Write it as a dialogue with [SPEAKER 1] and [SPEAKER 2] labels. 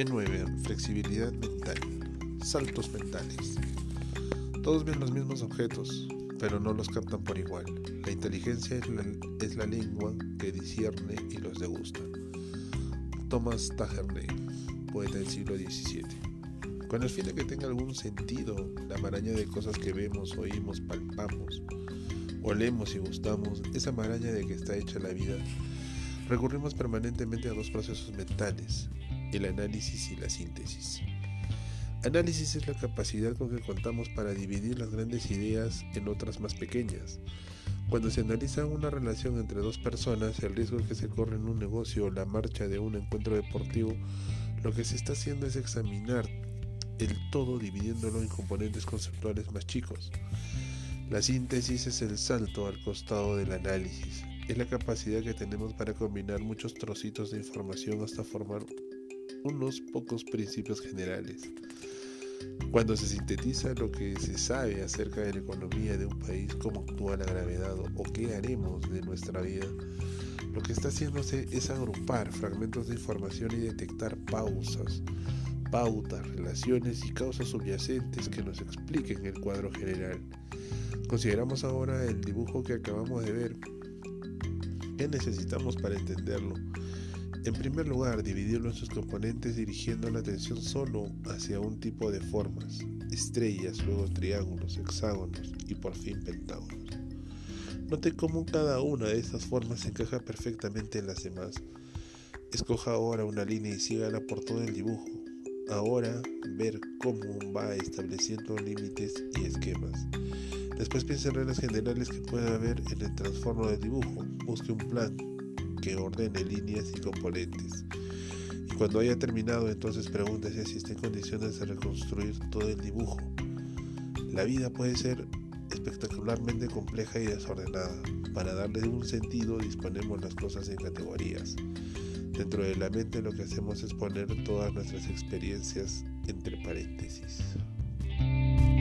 [SPEAKER 1] E9. Flexibilidad mental. Saltos mentales. Todos ven los mismos objetos, pero no los captan por igual. La inteligencia es la lengua que discierne y los degusta. Thomas Taherner, poeta del siglo XVII. Con el fin de que tenga algún sentido, la maraña de cosas que vemos, oímos, palpamos, olemos y gustamos, esa maraña de que está hecha la vida, recurrimos permanentemente a dos procesos mentales, el análisis y la síntesis. Análisis es la capacidad con que contamos para dividir las grandes ideas en otras más pequeñas. Cuando se analiza una relación entre dos personas, el riesgo que se corre en un negocio o la marcha de un encuentro deportivo, lo que se está haciendo es examinar el todo dividiéndolo en componentes conceptuales más chicos. La síntesis es el salto al costado del análisis. Es la capacidad que tenemos para combinar muchos trocitos de información hasta formar unos pocos principios generales. Cuando se sintetiza lo que se sabe acerca de la economía de un país, cómo actúa la gravedad o qué haremos de nuestra vida, lo que está haciéndose es agrupar fragmentos de información y detectar pautas, relaciones y causas subyacentes que nos expliquen el cuadro general. Consideramos ahora el dibujo que acabamos de ver. ¿Qué necesitamos para entenderlo? En primer lugar, dividirlo en sus componentes dirigiendo la atención solo hacia un tipo de formas, estrellas, luego triángulos, hexágonos y por fin pentágonos. Note cómo cada una de estas formas encaja perfectamente en las demás. Escoja ahora una línea y sígala por todo el dibujo. Ahora ver cómo va estableciendo límites y esquemas. Después piense en reglas generales que pueda haber en el trasfondo del dibujo. Busque un plan que ordene líneas y componentes. Y cuando haya terminado, entonces pregúntese si está en condiciones de reconstruir todo el dibujo. La vida puede ser espectacularmente compleja y desordenada. Para darle un sentido, disponemos las cosas en categorías. Dentro de la mente lo que hacemos es poner todas nuestras experiencias entre paréntesis.